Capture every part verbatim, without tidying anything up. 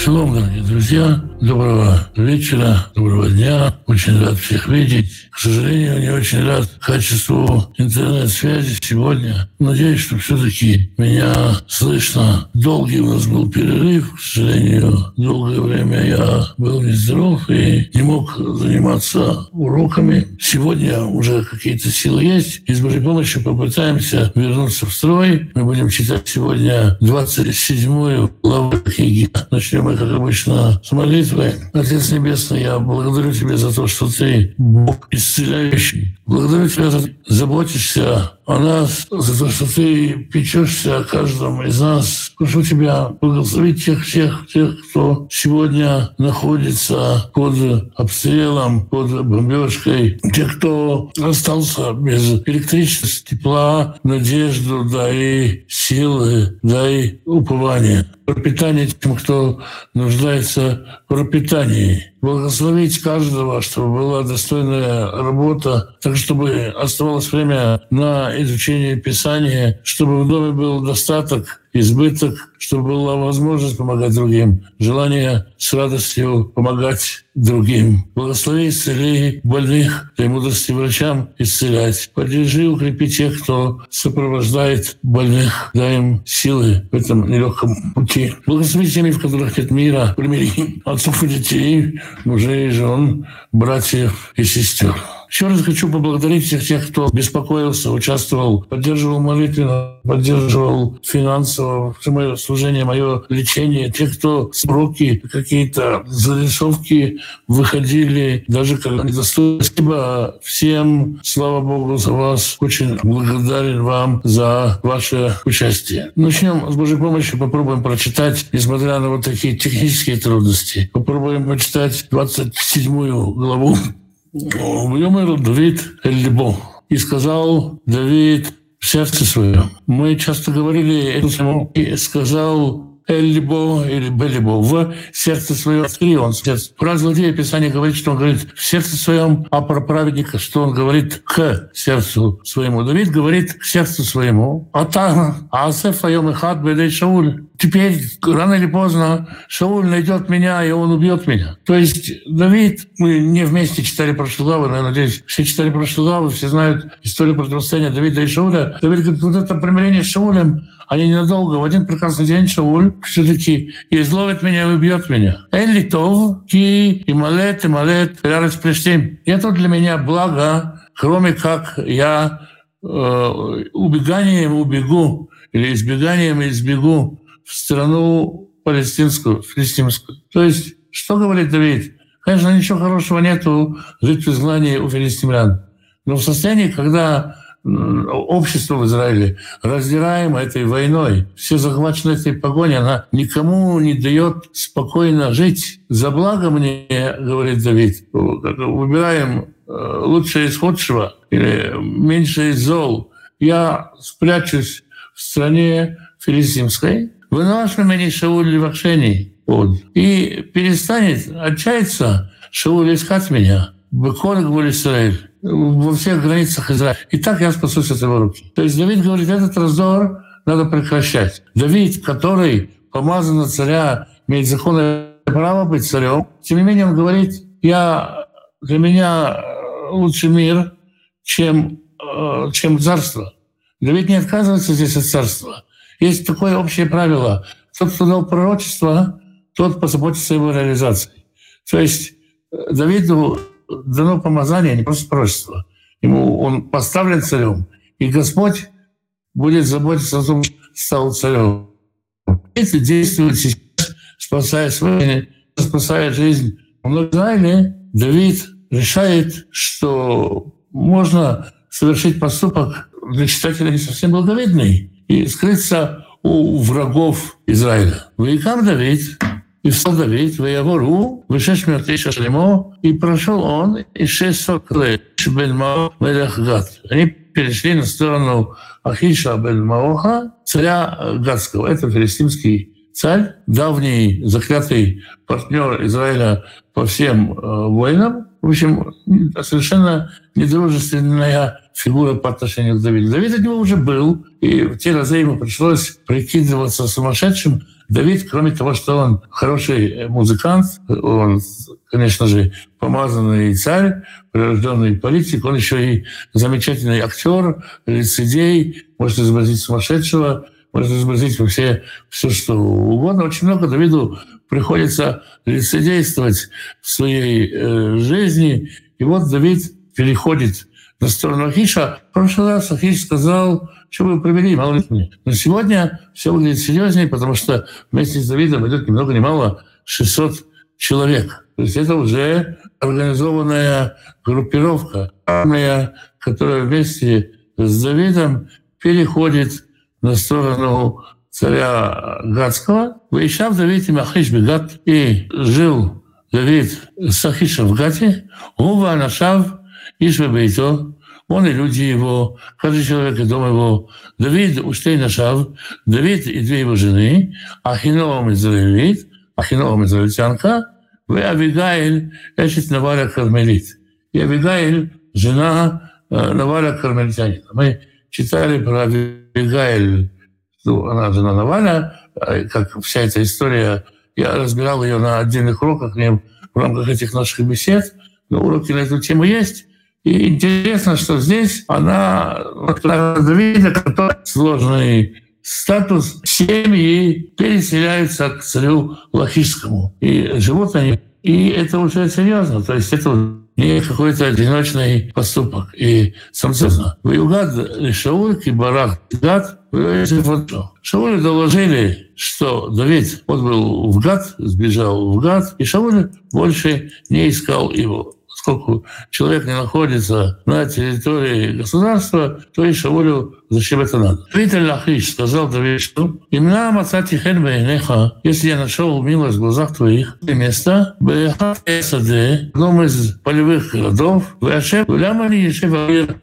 Шалом, дорогие друзья. Доброго вечера, доброго дня. Очень рад всех видеть. К сожалению, не очень рад качеству интернет-связи сегодня. Надеюсь, что все-таки меня слышно. Долгий у нас был перерыв. К сожалению, долгое время я был нездоров и не мог заниматься уроками. Сегодня уже какие-то силы есть. И с Божьей помощью попытаемся вернуться в строй. Мы будем читать сегодня двадцать седьмую главу книги. Начнем мы, как обычно, с молитвы. Отец Небесный, я благодарю Тебя за то, что Ты Бог исцеляющий. Благодарю Тебя за то, что заботишься о нас, за то, что Ты печешься о каждом из нас. Прошу Тебя благословить тех, всех, тех, кто сегодня находится под обстрелом, под бомбежкой, тех, кто остался без электричества, тепла, надежду, дай силы, дай упование. Пропитание тем, кто нуждается в пропитании. Благословить каждого, чтобы была достойная работа, так чтобы оставалось время на изучение Писания, чтобы в доме был достаток, избыток, чтобы была возможность помогать другим, желание с радостью помогать другим. Благослови, исцели больных, дай мудрости врачам исцелять. Поддержи, укрепи тех, кто сопровождает больных, дай им силы в этом нелегком пути. Благослови семьи, в которых нет мира, примири отцов и детей, мужей и жен, братьев и сестер. Еще раз хочу поблагодарить всех тех, кто беспокоился, участвовал, поддерживал молитвенно, поддерживал финансово все мое служение, мое лечение. Те, кто с руки какие-то зарисовки выходили, даже когда недостойно. Спасибо всем, слава Богу за вас. Очень благодарен вам за ваше участие. Начнем с Божьей помощью, попробуем прочитать, несмотря на вот такие технические трудности. Попробуем прочитать двадцать седьмую главу. «Умер Давид эль-Либо, и сказал Давид в сердце своем». Мы часто говорили это самому. «И сказал эль-Либо» или «Бе-Либо» в сердце своем. Открыл он сердце. Про злодея Писание говорит, что он говорит в сердце своем, а про праведника, что он говорит к сердцу своему. Давид говорит к сердцу своему. «Ата асеф айом эхад бедей Шауль». Теперь, рано или поздно, Шауль найдет меня, и он убьет меня. То есть Давид, мы не вместе читали прошлую главу, но я надеюсь, все читали прошлую главу, все знают историю противостояния Давида и Шауля. Давид говорит, вот это примирение с Шаулем, они ненадолго. В один прекрасный день Шауль все-таки изловит меня и убьет меня. «Эн ли тов, ки и малет, и малет, ярец плештим». Это для меня благо, кроме как я э, убеганием убегу, или избеганием избегу в страну палестинскую, филистимскую. То есть, что говорит Давид? Конечно, ничего хорошего нету жить в изгнании у филистимлян. Но в состоянии, когда общество в Израиле раздираемо этой войной, все захвачены этой погоней, она никому не дает спокойно жить. За благо мне, говорит Давид, выбираем лучшее из худшего или меньше из зол. Я спрячусь в стране филистимской, вынаш меня Шауль левашений, и перестанет отчаяться Шауль искать меня. Беколь гвуль Исраэль, во всех границах Израиля. И так я спасусь от его руки. То есть Давид говорит, этот раздор надо прекращать. Давид, который помазан на царя, имеет законное право быть царем, тем не менее он говорит, я, для меня лучше мир, чем, чем царство. Давид не отказывается здесь от царства. Есть такое общее правило. Тот, кто дал пророчество, тот позаботится о его реализации. То есть Давиду дано помазание, не просто пророчество. Ему он поставлен царем, и Господь будет заботиться о том, что стал царем. Эти действуют сейчас, спасая свою, спасая жизнь. В Израиле Давид решает, что можно совершить поступок для читателя не совсем благовидный и скрыться у врагов Израиля. «Ваикам Давид, и встал Давид, воявору, вышеш мертвейша шлемо, и прошел он, и шестьсот лет бен Маох мелех Гад». Они перешли на сторону Ахиша бен Маоха, царя Гадского. Это филистимский царь, давний заклятый партнер Израиля по всем э, войнам. В общем, совершенно недружественная фигура по отношению к Давиду. Давид от него уже был, и в те разы ему пришлось прикидываться сумасшедшим Давид, кроме того, что он хороший музыкант, он, конечно же, помазанный царь, прирожденный политик, он еще и замечательный актер, лицедей, может изобразить сумасшедшего, может изобразить вообще все, что угодно. Очень много Давиду приходится лицедействовать в своей э, жизни. И вот Давид переходит на сторону Ахиша. В прошлый раз Ахиш сказал, что вы провели, мало ли мне. Но сегодня все выглядит серьезнее, потому что вместе с Давидом идет ни много ни мало шестьсот человек. То есть это уже организованная группировка, армия, которая вместе с Давидом переходит на сторону царя Гатского. Выезжав Давид и Ахиш бегат, и жил Давид с Ахишем в Гате, Гува Анашав, Ишва Бейто, он и люди его, каждый человек и дом его. Давид уштей Нашав, Давид и две его жены, Ахиноам израилит, Ахиноам израильтянка, и Авигаиль, эшет Наваля Кармелит. И Авигаиль, жена Наваля Кармелитянина. Мы читали про Авигаиль, ну, она жена Наваля, как вся эта история. Я разбирал ее на отдельных уроках в рамках этих наших бесед. Но уроки на эту тему есть. И интересно, что здесь она, Давида, который сложный статус семьи, переселяются к царю Лахишскому. И живут они. И это уже серьезно. То есть это не какой-то одиночный поступок. И самцезно. Ваюгад Шауль Кибарах Гад. Шаулю доложили, что Давид он был в Гад, сбежал в Гад, и Шауль больше не искал его. Поскольку человек не находится на территории государства, то и Шаулю зачем это надо? Давид аль-Ахиш сказал Давид, что «Имна мацати хен бэйнеха, если я нашел милость в глазах твоих, и место, бэйхат эсаде, в одном из полевых городов, вэшев, ляма ли ешев авир,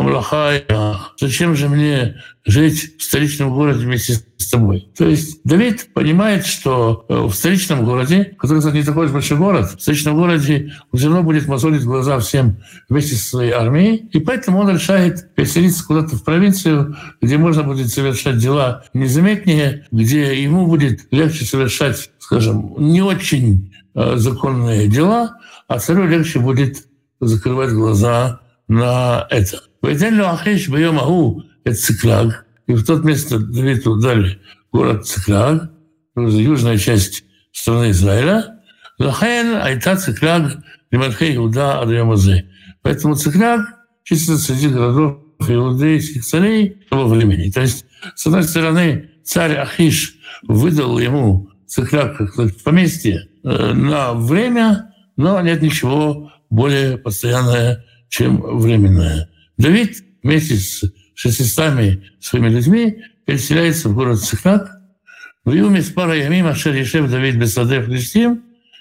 зачем же мне жить в столичном городе вместе с тобой? То есть Давид понимает, что в столичном городе, который, кстати, не такой большой город, в столичном городе он все равно будет мозолить глаза всем вместе со своей армией, и поэтому он решает переселиться куда-то в провинцию, где можно будет совершать дела незаметнее, где ему будет легче совершать, скажем, не очень законные дела, а царю легче будет закрывать глаза на это. Поэтому Ахиш бьем Агу это Циклаг, и в тот место Давиду дали город Циклаг, южная часть страны Израиля. Лахен айта Циклаг лимальхей Иуда адьямазе. Поэтому Циклаг числится среди городов иудейских царей того времени. То есть, с одной стороны, царь Ахиш выдал ему Циклаг как поместье на время, но нет ничего более постоянное, чем временное. Давид вместе с шестистами своими людьми переселяется в город Циклаг. В Юме с парой Ямим, Ашер Ешев Давид Бесадев Лиштим,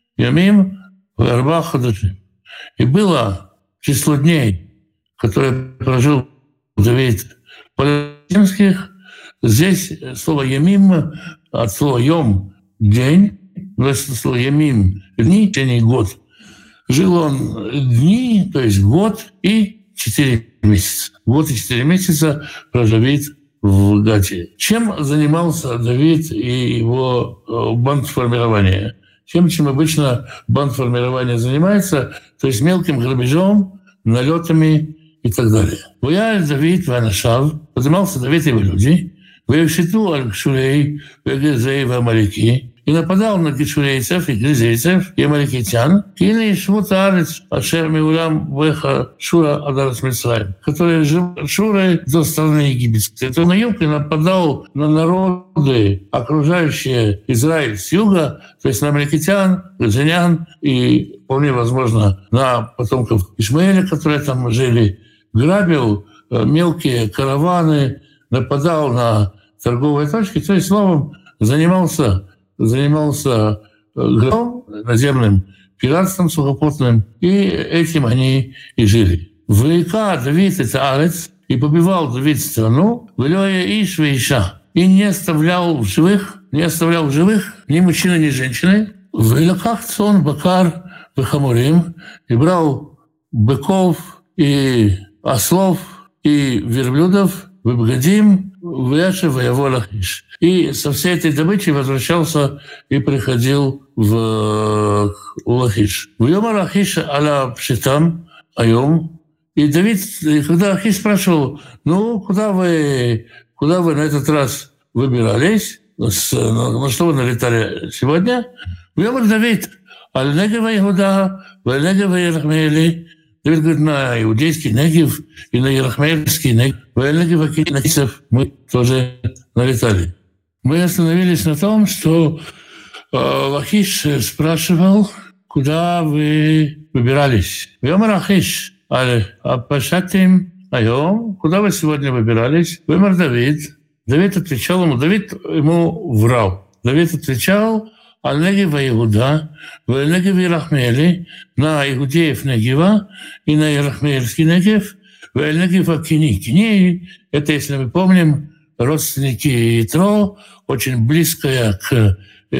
Ямим в Арба Ходашим. И было число дней, которые прожил Давид палестинских. Здесь слово Ямим от слова Йом — день, слово Ямим — дни, в течение год. Жил он дни, то есть год и четыре месяца. Год и четыре месяца прожил Давид в Гате. Чем занимался Давид и его бандформирование? Тем, чем обычно бандформирование занимается, то есть мелким грабежом, налетами и так далее. Вояль Давид ванашав, поднимался Давид и его люди, вэвшиту аль-кшурей, вэгезей вамалики, и нападал на гешурейцев и гризейцев и амаликитян, или швут арец, ашер миулям веха Шура адарас Мицраим, которые живут Шурой до страны египетской. То на юг и нападал на народы, окружающие Израиль с юга, то есть на амаликитян, газанян и, вполне возможно, на потомков Ишмаэля, которые там жили, грабил мелкие караваны, нападал на торговые точки, то есть, словом, занимался занимался наземным пиратством сухопутным, и этим они и жили. Века Давид это арец, и побивал Давид страну, вылёя иш вейша, и не оставлял в живых, не оставлял в живых ни мужчины, ни женщины. Вылаках цон бакар вехамурим, и брал быков и ослов и верблюдов, выбгадим, вяши воево Лахиш. И со всей этой добычей возвращался и приходил в Лахиш. В Йома Лахиш аля пшитам айом. И Давид, когда Ахиш спрашивал, ну, куда вы, куда вы на этот раз выбирались, с, на, на что вы налетали сегодня? В Йома Давид, аль-Негева Иуда, валь-Негева Ерахмеели. Давид говорит, на иудейский Негев и на Ерахмеельский Негев, валь-Негева Кинакисов мы тоже налетали. Мы остановились на том, что э, Лахиш спрашивал, куда вы выбирались. В Йома Лахиш, аль-Пашатим айом, куда вы сегодня выбирались? Вымер Давид. Давид отвечал ему, Давид ему врал. Давид отвечал, аль-Негева Иуда, валь-Негева Ерахмеели, на иудеев Негева и на Ерахмеельский Негев, валь-Негева Кини. Кини — это, если мы помним, родственники Итро, очень близкое к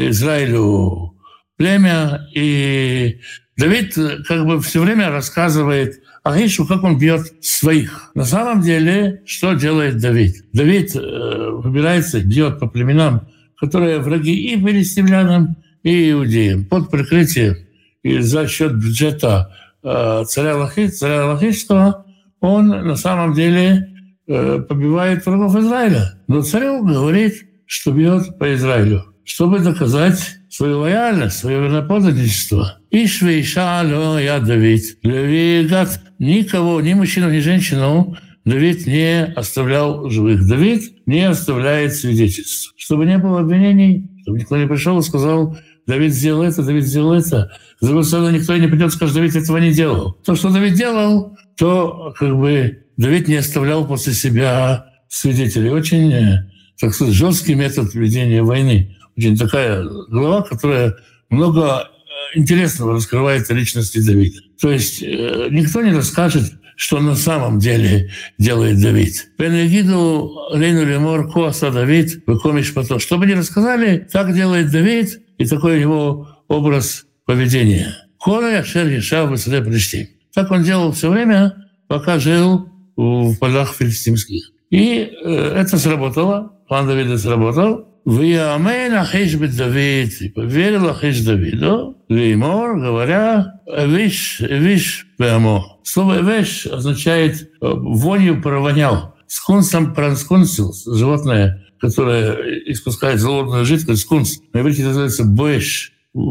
Израилю племя. И Давид как бы все время рассказывает Ахишу, как он бьет своих. На самом деле, что делает Давид? Давид э, выбирается, бьет по племенам, которые враги и филистимлянам, и иудеям, под прикрытием и за счет бюджета э, царя Лахи, царя Лахишского, он на самом деле э, побивает врагов Израиля. Но царю говорит, что бьет по Израилю, чтобы доказать свою лояльность, свое верноподданничество. Ишве иша ло я Давид. Леви гад. Никого, ни мужчину, ни женщину Давид не оставлял живых. Давид не оставляет свидетельств. Чтобы не было обвинений, чтобы никто не пришел и сказал, Давид сделал это, Давид сделал это. С другой стороны, никто не придет и скажет, Давид этого не делал. То, что Давид делал, то как бы Давид не оставлял после себя свидетелей. Очень, так сказать, жесткий метод ведения войны. Очень такая глава, которая много интересного раскрывает о личности Давида. То есть э, никто не расскажет, что на самом деле делает Давид. Пенегиду лейну лемор коаса Давид выкомишь потом. Что бы ни рассказали, так делает Давид, и такой его образ поведения. Кора шер ешав бесаде плештим. Так он делал все время, пока жил в полях филистимских. И э, это сработало, план Давида сработал. «Виямен Ахиш бет Давид», и поверил Ахиш Давиду, «Леймор», говоря, «Эвиш, эвиш беамо». Слово «эвиш» означает «вонью провонял». Скунсом проскунсил, животное, которое испускает зловонную жидкость, скунс. На иврите называется «боэш».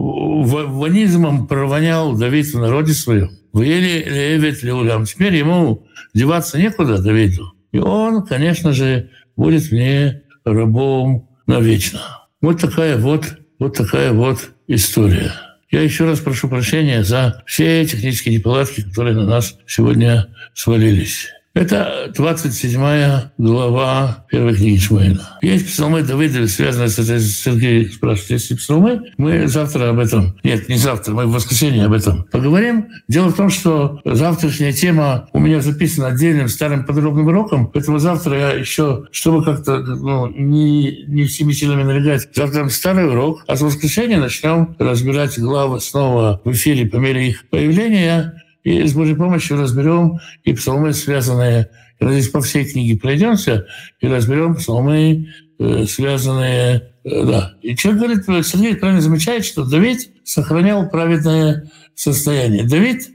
Вонизмом провонял Давид в народе своем. «Вели леевет леулям». Теперь ему деваться некуда, Давиду. И он, конечно же, будет мне рабом навечно. Вот такая вот, вот такая вот история. Я еще раз прошу прощения за все технические неполадки, которые на нас сегодня свалились. Это двадцать седьмая глава первой книги Шмуэля. Есть псалмы Давида, связанные с этой... Сергей спрашивает, есть псалмы? Мы завтра об этом... Нет, не завтра, мы в воскресенье об этом поговорим. Дело в том, что завтрашняя тема у меня записана отдельным старым подробным уроком, поэтому завтра я еще, чтобы как-то ну, не, не всеми силами налегать, завтра старый урок, а с воскресенья начнем разбирать главы снова в эфире по мере их появления. И с Божьей помощью разберем и псалмы, связанные, я надеюсь, по всей книге пройдемся, и разберем псалмы, э, связанные... Э, да. И человек говорит, Сергей правильно замечает, что Давид сохранял праведное состояние. Давид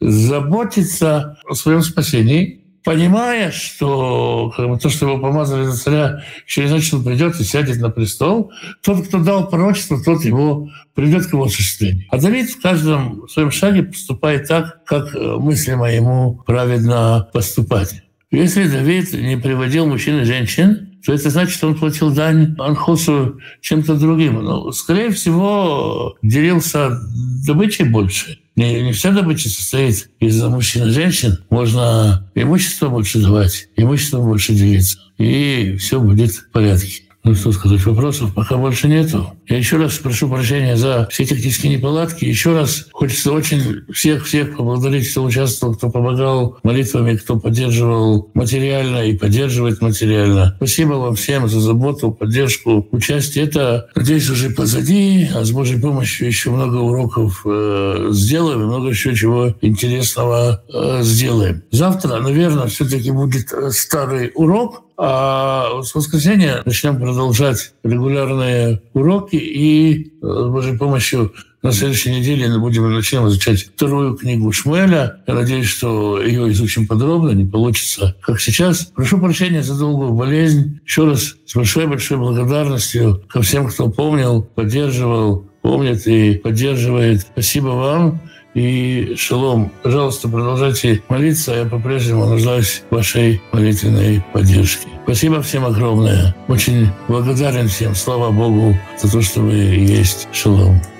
заботится о своем спасении, понимая, что как бы, то, что его помазали за царя, еще не значит, что он придет и сядет на престол. Тот, кто дал пророчество, тот его придет к его осуществлению. А Давид в каждом своем шаге поступает так, как мыслимо ему праведно поступать. Если Давид не приводил мужчин и женщин, то это значит, что он платил дань Анхусу чем-то другим. Но, скорее всего, делился добычей больше. Не, не вся добыча состоит из мужчин и женщин. Можно имущество больше давать, имущество больше делиться. И все будет в порядке. Ну, что сказать, вопросов пока больше нету. Я еще раз прошу прощения за все технические неполадки. Еще раз хочется очень всех-всех поблагодарить, кто участвовал, кто помогал молитвами, кто поддерживал материально и поддерживает материально. Спасибо вам всем за заботу, поддержку, участие. Это, надеюсь, уже позади, а с Божьей помощью еще много уроков э, сделаем, и много еще чего интересного э, сделаем. Завтра, наверное, все-таки будет старый урок, А с воскресенья начнем продолжать регулярные уроки, и с Божьей помощью на следующей неделе мы будем начнем изучать вторую книгу Шмуэля. Я надеюсь, что ее изучим подробно, не получится, как сейчас. Прошу прощения за долгую болезнь. Еще раз с большой-большой благодарностью ко всем, кто помнил, поддерживал, помнит и поддерживает. Спасибо вам. И шалом. Пожалуйста, продолжайте молиться. Я по-прежнему нуждаюсь в вашей молитвенной поддержке. Спасибо всем огромное. Очень благодарен всем. Слава Богу за то, что вы есть. Шалом.